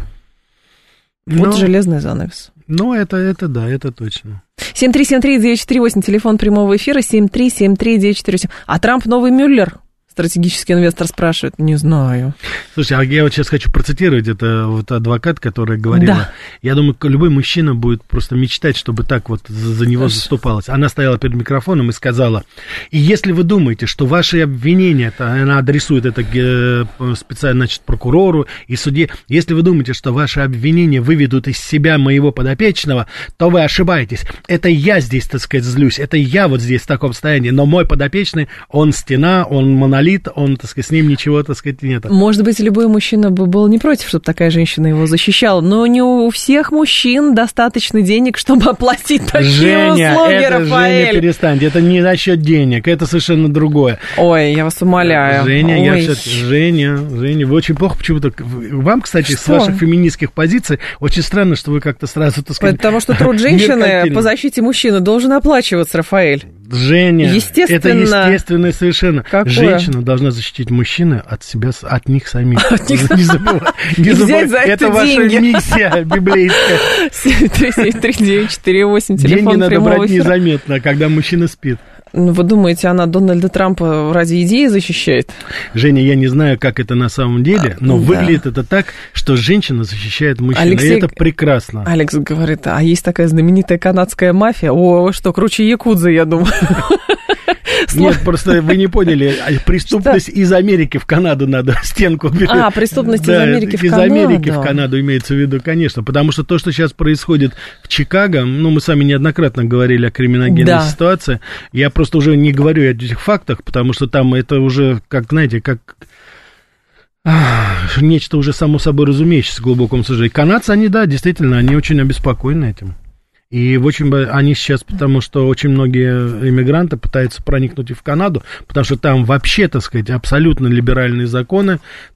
Вот Но... железный занавес. Ну, это, это да, это точно. семь три семь три девять четыре восемь, телефон прямого эфира, семь три семь три девять четыре восемь. А Трамп новый Мюллер? Стратегический инвестор спрашивает. Не знаю. Слушай, а я вот сейчас хочу процитировать, это вот адвокат, которая говорила. Да. Я думаю, любой мужчина будет просто мечтать, чтобы так вот за него заступалась. Она стояла перед микрофоном и сказала: и если вы думаете, что ваши обвинения, это, она адресует это специально, значит, прокурору и судье, если вы думаете, что ваши обвинения выведут из себя моего подопечного, то вы ошибаетесь. Это я здесь, так сказать, злюсь, это я вот здесь в таком состоянии, но мой подопечный, он стена, он монолит, он, так сказать, с ним ничего, так сказать, нет. Может быть, любой мужчина бы был не против, чтобы такая женщина его защищала, но не у всех мужчин достаточно денег, чтобы оплатить такие Женя, услуги, это, Рафаэль. Женя, перестаньте, это не насчет денег, это совершенно другое. Ой, я вас умоляю. Женя, Ой. я все-таки... Женя, Женя, вы очень плохо почему-то... Вам, кстати, что? С ваших феминистских позиций очень странно, что вы как-то сразу, так сказать... Потому что труд женщины по защите мужчины должен оплачиваться, Рафаэль. Женя, естественно, это естественно совершенно. Какое? Женщина должна защитить мужчину от себя, от них самих. От них не забывай, не забывай. За это, это ваша миссия библейская. семь три семь три девять четыре восемь, телефон деньги надо брать эфира. Незаметно, когда мужчина спит. Ну, вы думаете, она Дональда Трампа ради идеи защищает? Женя, я не знаю, как это на самом деле, но да. выглядит это так, что женщина защищает мужчину, Алексей... и это прекрасно. Алекс говорит, а есть такая знаменитая канадская мафия, о, что, круче якудзы, я думаю. Нет, просто вы не поняли, преступность что? Из Америки в Канаду надо стенку. А, преступность да, из Америки в из Канаду. Из Америки в Канаду имеется в виду, конечно, потому что то, что сейчас происходит в Чикаго, ну, мы с вами неоднократно говорили о криминогенной да. ситуации, я просто уже не говорю о этих фактах, потому что там это уже, как, знаете, как... нечто уже само собой разумеющееся, к глубокому сожалению. Канадцы, они, да, действительно, они очень обеспокоены этим. И очень, они сейчас, потому что очень многие иммигранты пытаются проникнуть и в Канаду, потому что там вообще, так сказать, абсолютно либеральные законы,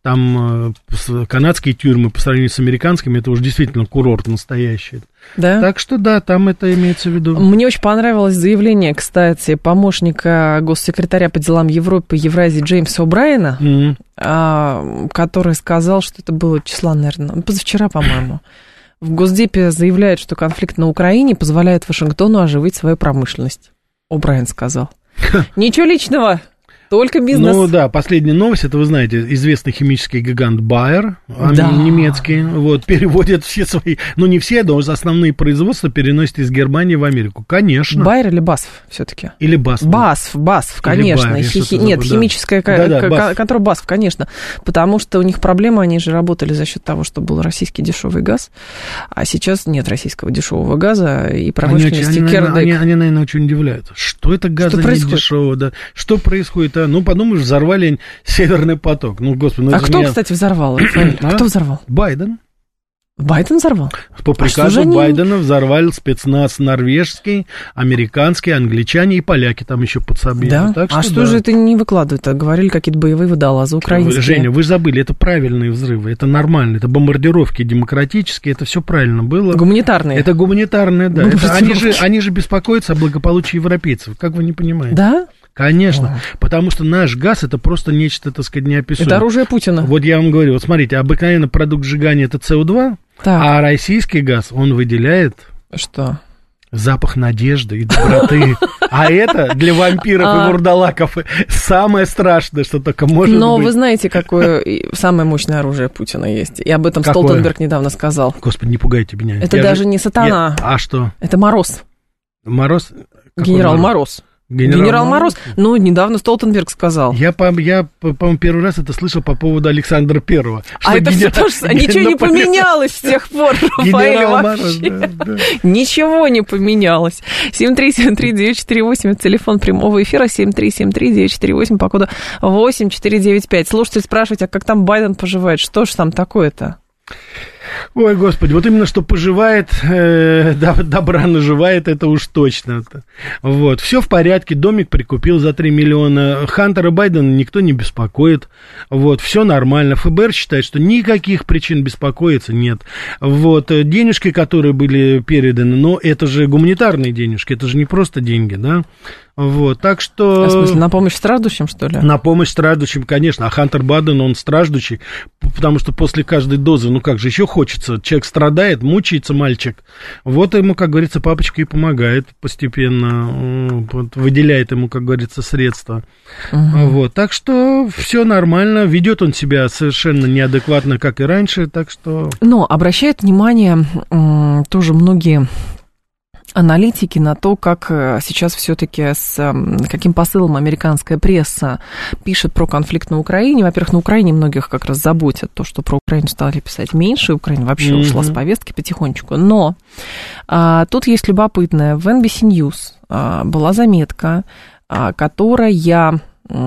там э, канадские тюрьмы по сравнению с американскими, это уже действительно курорт настоящий. Да? Так что да, там это имеется в виду. Мне очень понравилось заявление, кстати, помощника госсекретаря по делам Европы и Евразии Джеймса О'Брайена, mm-hmm. а, который сказал, что это было числа, наверное, позавчера, по-моему. В Госдепе заявляют, что конфликт на Украине позволяет Вашингтону оживить свою промышленность. О'Брайен сказал. Ничего личного, только бизнес. Ну да, последняя новость, это вы знаете, известный химический гигант Байер, да. немецкий, вот, переводит все свои, ну не все, но основные производства переносит из Германии в Америку, конечно. Байер или Басф все-таки? Или Басф. Басф, Басф, конечно. Байер, Хи- Хи- Нет, да. химическая да, да, к- контора Басф, конечно, потому что у них проблема, они же работали за счет того, что был российский дешевый газ, а сейчас нет российского дешевого газа и промышленности они, кирдык. Они, они, они, наверное, очень удивляются. Что это газа не дешевого? Да? Что происходит? А? Ну, подумаешь, взорвали Северный поток. Ну, господи, ну, а кто, меня... кстати, взорвал? А? Кто взорвал? Байден. Байден взорвал? По приказу а Байдена взорвали спецназ норвежский, американский, англичане и поляки там еще подсобили. Да? Так что, а что да. же это не выкладывают? Говорили какие-то боевые водолазы украинские. Женя, вы забыли, это правильные взрывы, это нормально, это бомбардировки демократические, это все правильно было. Гуманитарные. Это гуманитарные, да. Это, они, же, они же беспокоятся о благополучии европейцев, как вы не понимаете. Да? Конечно, О. потому что наш газ это просто нечто, так сказать, неописуемое. Это оружие Путина. Вот я вам говорю, вот смотрите, обыкновенный продукт сжигания это С О два, так. а российский газ, он выделяет... Что? Запах надежды и доброты. А это для вампиров и вурдалаков самое страшное, что только может быть. Но вы знаете, какое самое мощное оружие Путина есть. И об этом Столтенберг недавно сказал. Господи, не пугайте меня. Это даже не сатана. А что? Это Мороз. Мороз? Генерал Мороз. Генерал, Генерал Мороз, ну, недавно Столтенберг сказал. Я, по, я, по-моему, первый раз это слышал по поводу Александра Первого. А это все тоже, ничего не поменялось с тех пор, Рафаэль, вообще. Да, да. Ничего не поменялось. семь три семь три девять четыре восемь, это телефон прямого эфира, семь три семь три девять четыре восемь, по коду восемь четыре девять пять. Слушатель спрашивает, а как там Байден поживает? Что ж там такое-то? Ой, господи, вот именно что поживает, э, добра наживает, это уж точно. Вот, все в порядке, домик прикупил за три миллиона, Хантера Байдена никто не беспокоит, вот, все нормально. эф бэ эр считает, что никаких причин беспокоиться нет. Вот, денежки, которые были переданы, но это же гуманитарные денежки, это же не просто деньги, да? Вот, так что... А в смысле, на помощь страждущим, что ли? На помощь страждущим, конечно. А Хантер Байден, он страждущий, потому что после каждой дозы, ну как же, еще хочется. Человек страдает, мучается мальчик. Вот ему, как говорится, папочка и помогает постепенно, вот, выделяет ему, как говорится, средства. Угу. Вот, так что все нормально. Ведет он себя совершенно неадекватно, как и раньше, так что... Но обращает внимание тоже многие... аналитики на то, как сейчас все-таки с каким посылом американская пресса пишет про конфликт на Украине. Во-первых, на Украине многих как раз заботит то, что про Украину стали писать меньше, Украина вообще mm-hmm. ушла с повестки потихонечку. Но а, тут есть любопытное. В эн би си News а, была заметка, а, которая...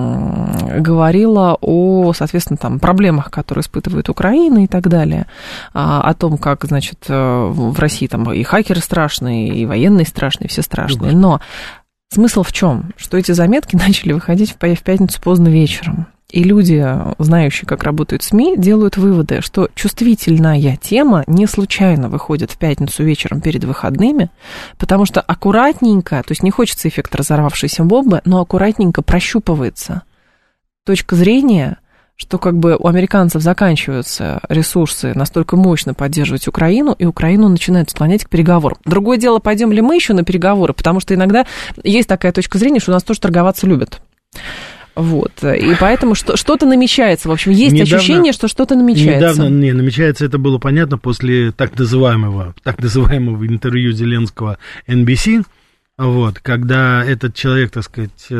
говорила о, соответственно, там, проблемах, которые испытывает Украина и так далее, о том, как, значит, в России там и хакеры страшные, и военные страшные, все страшные. Но смысл в чем? Что эти заметки начали выходить в пятницу поздно вечером. И люди, знающие, как работают СМИ, делают выводы, что чувствительная тема не случайно выходит в пятницу вечером перед выходными, потому что аккуратненько, то есть не хочется эффекта разорвавшейся бомбы, но аккуратненько прощупывается точка зрения, что как бы у американцев заканчиваются ресурсы настолько мощно поддерживать Украину, и Украину начинают склонять к переговорам. Другое дело, пойдем ли мы еще на переговоры, потому что иногда есть такая точка зрения, что у нас тоже торговаться любят. Вот, и поэтому что, что-то намечается, в общем, есть недавно, ощущение, что что-то намечается. Недавно, не, намечается, это было понятно после так называемого, так называемого интервью Зеленского эн би си, вот, когда этот человек, так сказать,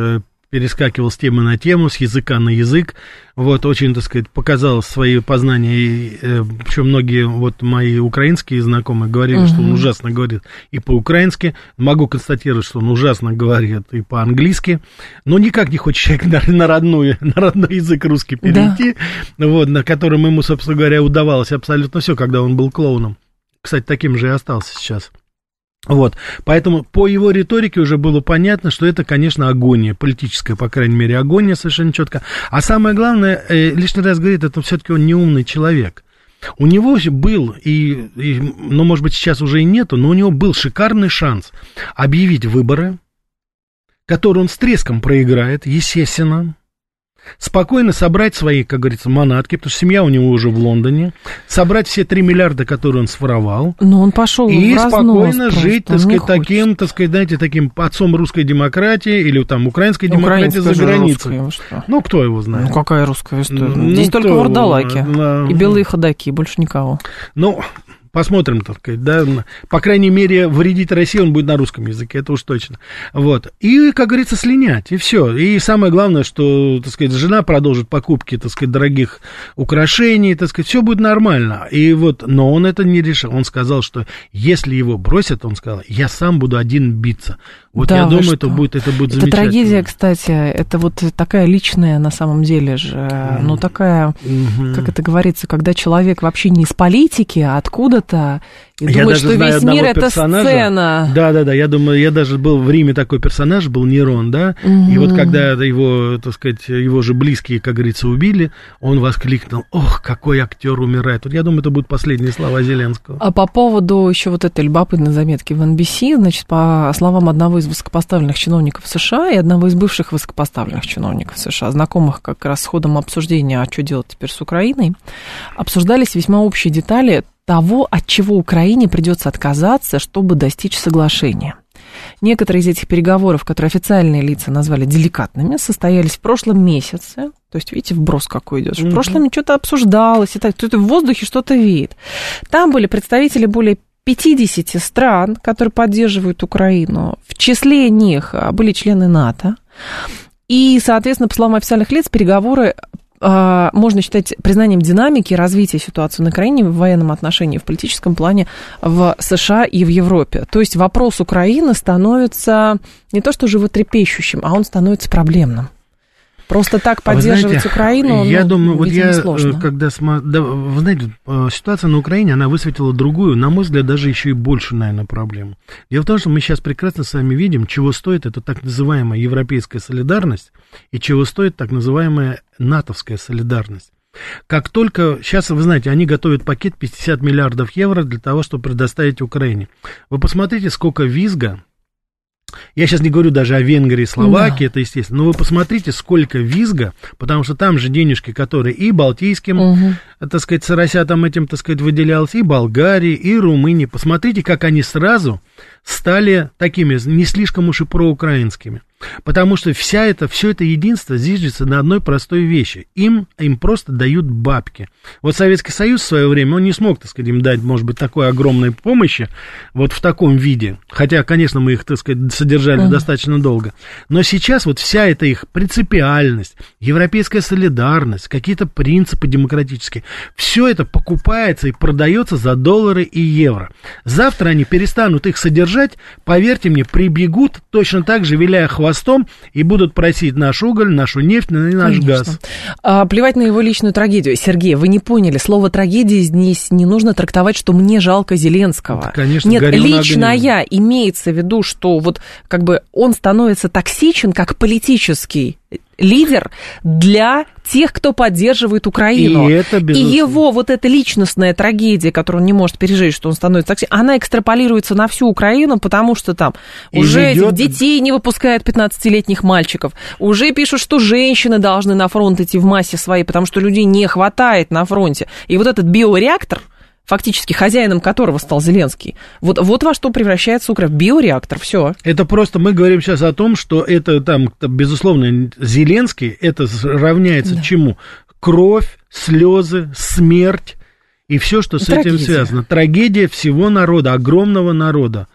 перескакивал с темы на тему, с языка на язык, вот, очень, так сказать, показал свои познания, и, э, причем многие вот мои украинские знакомые говорили, uh-huh. что он ужасно говорит и по-украински, могу констатировать, что он ужасно говорит и по-английски, но никак не хочет человек на, на, родной, на родной язык русский перейти, да. вот, на котором ему, собственно говоря, удавалось абсолютно все, когда он был клоуном. Кстати, таким же и остался сейчас. Вот, поэтому по его риторике уже было понятно, что это, конечно, агония, политическая, по крайней мере, агония совершенно четко. А самое главное, э, лишний раз говорит, это все-таки он не умный человек. У него был, и, и, ну, может быть, сейчас уже и нету, но у него был шикарный шанс объявить выборы, которые он с треском проиграет, естественно. Спокойно собрать свои, как говорится, манатки, потому что семья у него уже в Лондоне, собрать все три миллиарда, которые он своровал. Но он пошел и в разнос спокойно просто, жить, так сказать, таким, так сказать, знаете, таким отцом русской демократии или там украинской демократии за границей. Ну, кто его знает? Ну, какая русская история? Ну, здесь только вурдалаки да. и белые ходаки, больше никого. Ну... Посмотрим, так сказать, да, по крайней мере, вредить России он будет на русском языке, это уж точно, вот, и, как говорится, слинять, и все, и самое главное, что, так сказать, жена продолжит покупки, так сказать, дорогих украшений, так сказать, все будет нормально, и вот, но он это не решил, он сказал, что если его бросят, он сказал, я сам буду один биться, вот да, я думаю, что? это будет, это будет это замечательно. Это трагедия, кстати, это вот такая личная, на самом деле же, mm. ну, такая, mm-hmm. как это говорится, когда человек вообще не из политики, а откуда то и я думает, что весь мир это сцена. Да, да, да. Я думаю, я даже был в Риме такой персонаж, был Нерон, да. Угу. И вот когда его, так сказать, его же близкие, как говорится, убили, он воскликнул: ох, какой актер умирает. Вот я думаю, это будут последние слова Зеленского. А по поводу еще вот этой любопытной заметки в эн би си, значит, по словам одного из высокопоставленных чиновников США и одного из бывших высокопоставленных чиновников США, знакомых как раз с ходом обсуждения, а что делать теперь с Украиной, обсуждались весьма общие детали того, от чего Украине придется отказаться, чтобы достичь соглашения. Некоторые из этих переговоров, которые официальные лица назвали деликатными, состоялись в прошлом месяце. То есть, видите, вброс какой идет. Mm-hmm. В прошлом что-то обсуждалось, и так, тут в воздухе что-то веет. Там были представители более пятидесяти стран, которые поддерживают Украину. В числе них были члены НАТО. И, соответственно, по словам официальных лиц, переговоры можно считать признанием динамики развития ситуации на Украине в военном отношении, в политическом плане в США и в Европе. То есть вопрос Украины становится не то что животрепещущим, а он становится проблемным. Просто так поддерживать а знаете, Украину, я ну, думаю, вот я, сложно. когда смо... да, вы знаете, ситуация на Украине, она высветила другую, на мой взгляд, даже еще и большую, наверное, проблему. Дело в том, что мы сейчас прекрасно с вами видим, чего стоит эта так называемая европейская солидарность и чего стоит так называемая натовская солидарность. Как только, сейчас, вы знаете, они готовят пакет пятьдесят миллиардов евро для того, чтобы предоставить Украине. Вы посмотрите, сколько визга. Я сейчас не говорю даже о Венгрии, Словакии, да. Это естественно. Но вы посмотрите, сколько визга, потому что там же денежки, которые и балтийским, угу. так сказать, соросятам этим, так сказать, выделялось, и Болгарии, и Румынии. Посмотрите, как они сразу стали такими, не слишком уж и проукраинскими. Потому что вся это, все это единство зиждется на одной простой вещи. Им, им просто дают бабки. Вот Советский Союз в свое время, он не смог, так сказать, им дать, может быть, такой огромной помощи, вот в таком виде. Хотя, конечно, мы их, так сказать, содержали mm. достаточно долго. Но сейчас вот вся эта их принципиальность, европейская солидарность, какие-то принципы демократические, все это покупается и продается за доллары и евро. Завтра они перестанут их содержать, поверьте мне, прибегут точно так же, виляя хвостом, и будут просить наш уголь, нашу нефть и наш Конечно. Газ. А, плевать на его личную трагедию. Сергей, вы не поняли, слово трагедия здесь не нужно трактовать, что мне жалко Зеленского. Конечно, нет, личная имеется в виду, что вот как бы он становится токсичен как политический лидер для тех, кто поддерживает Украину. И, это, и его вот эта личностная трагедия, которую он не может пережить, что он становится токсичным, она экстраполируется на всю Украину, потому что там и уже ведет... этих детей не выпускают пятнадцатилетних мальчиков, уже пишут, что женщины должны на фронт идти в массе своей, потому что людей не хватает на фронте. И вот этот биореактор, фактически хозяином которого стал Зеленский. Вот, вот во что превращается Украина. Биореактор, все. Это просто мы говорим сейчас о том, что это там, безусловно, Зеленский, это равняется да. чему? Кровь, слезы, смерть и все, что с Трагедия. Этим связано. Трагедия всего народа, огромного народа.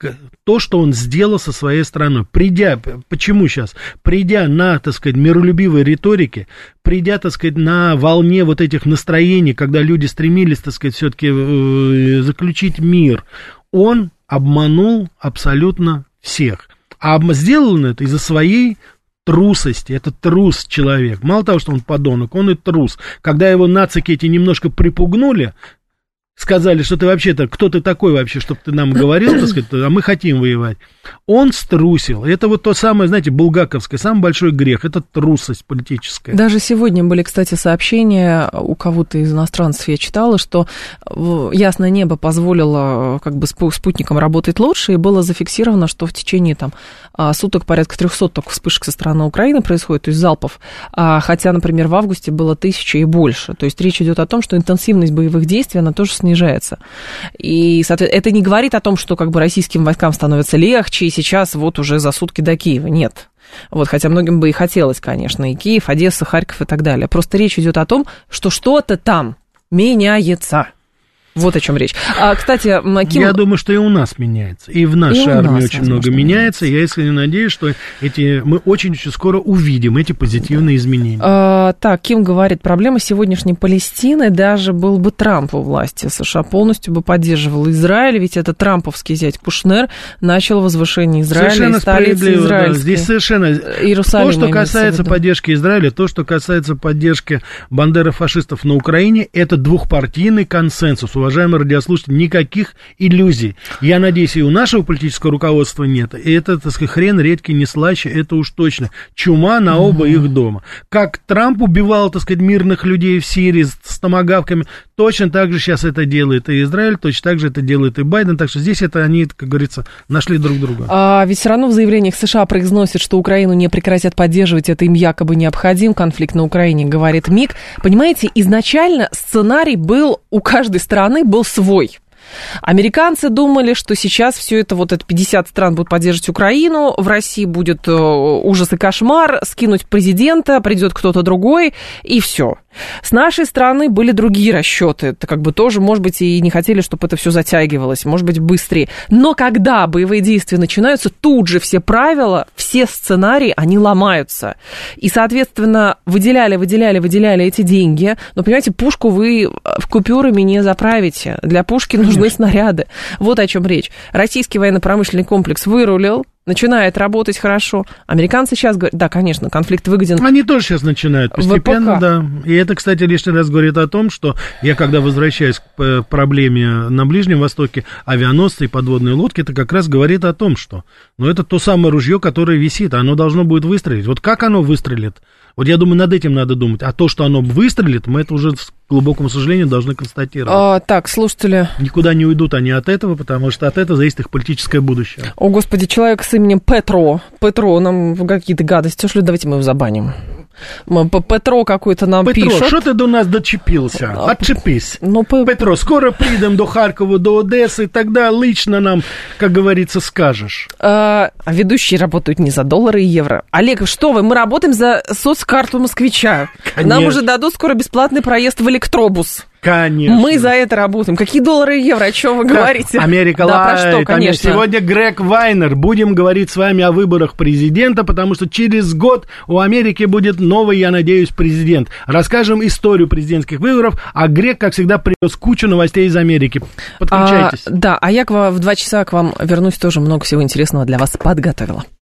то, что он сделал со своей страной. Придя, почему сейчас? Придя на, так сказать, миролюбивой риторике, придя, так сказать, на волне вот этих настроений, когда люди стремились, так сказать, все-таки э, заключить мир, он обманул абсолютно всех. А сделал он это из-за своей трусости. Это трус человек. Мало того, что он подонок, он и трус. Когда его нацики эти немножко припугнули, сказали, что ты вообще-то, кто ты такой вообще, чтобы ты нам говорил, так сказать, а мы хотим воевать. Он струсил. Это вот то самое, знаете, булгаковское, самый большой грех, это трусость политическая. Даже сегодня были, кстати, сообщения у кого-то из иностранцев, я читала, что ясное небо позволило как бы спутникам работать лучше, и было зафиксировано, что в течение там суток порядка трехсот только вспышек со стороны Украины происходит, то есть залпов, хотя, например, в августе было тысяча и больше. То есть речь идет о том, что интенсивность боевых действий, она тоже снижается. И, соответственно, это не говорит о том, что как бы российским войскам становится легче, и сейчас вот уже за сутки до Киева. Нет. Вот, хотя многим бы и хотелось, конечно, и Киев, Одесса, Харьков и так далее. Просто речь идет о том, что что-то там меняется. Вот о чем речь. А, кстати, Ким... Я думаю, что и у нас меняется. И в нашей и армии очень много меняется. Я искренне надеюсь, что эти... мы очень-очень скоро увидим эти позитивные изменения. А, так, Ким говорит, проблема сегодняшней Палестины, даже был бы Трамп у власти, США полностью бы поддерживал Израиль, ведь это трамповский зять Кушнер начал возвышение Израиля совершенно и столицы израильской. Да. Здесь совершенно... Иерусалим, то, что касается поддержки Израиля, то, что касается поддержки бандерофашистов на Украине, это двухпартийный консенсус. Уважаемые радиослушатели, никаких иллюзий. Я надеюсь, и у нашего политического руководства нет. И это, так сказать, хрен редкий не слаще, это уж точно. Чума на оба mm-hmm. их дома. Как Трамп убивал, так сказать, мирных людей в Сирии с, с томагавками, точно так же сейчас это делает и Израиль, точно так же это делает и Байден. Так что здесь это они, как говорится, нашли друг друга. А ведь все равно в заявлениях США произносят, что Украину не прекратят поддерживать, это им якобы необходим конфликт на Украине, говорит МИГ. Понимаете, изначально сценарий был у каждой страны был свой. Американцы думали, что сейчас все это, вот это пятьдесят стран будут поддерживать Украину, в России будет ужас и кошмар, скинуть президента, придет кто-то другой, и все. С нашей стороны были другие расчеты. Это как бы тоже, может быть, и не хотели, чтобы это все затягивалось, может быть, быстрее. Но когда боевые действия начинаются, тут же все правила, все сценарии, они ломаются. И, соответственно, выделяли, выделяли, выделяли эти деньги. Но, понимаете, пушку вы купюрами не заправите. Для пушки нужны снаряды. Вот о чем речь. Российский военно-промышленный комплекс вырулил, начинает работать хорошо. Американцы сейчас говорят, да, конечно, конфликт выгоден. Они тоже сейчас начинают постепенно, ВПК. Да. И это, кстати, лишний раз говорит о том, что я, когда возвращаюсь к проблеме на Ближнем Востоке, авианосцы и подводные лодки, это как раз говорит о том, что, ну, это то самое ружье, которое висит, оно должно будет выстрелить. Вот как оно выстрелит? Вот я думаю, над этим надо думать. А то, что оно выстрелит, мы это уже, к глубокому сожалению, должны констатировать. А, так, слушатели... Никуда не уйдут они от этого, потому что от этого зависит их политическое будущее. О, господи, человек с именем Петро. Петро, нам какие-то гадости шлют, давайте мы его забаним. Петро какой-то нам Петро, пишет. Петро, що ти до нас дочепился? Отчепись. Ну, П... Петро, скоро придем до Харькова, до Одессы, тогда лично нам, как говорится, скажешь. А, а ведущие работают не за доллары и евро. Олег, что вы, мы работаем за соцкарту москвича. Конечно. Нам уже дадут скоро бесплатный проезд в электробус. Конечно. Мы за это работаем. Какие доллары и евро? О чем вы говорите? Америка да, Лайт. Про что, конечно. Сегодня Грег Вайнер. Будем говорить с вами о выборах президента, потому что через год у Америки будет новый, я надеюсь, президент. Расскажем историю президентских выборов, а Грег, как всегда, привез кучу новостей из Америки. Подключайтесь. А, да, а я к вам, в два часа к вам вернусь, тоже много всего интересного для вас подготовила.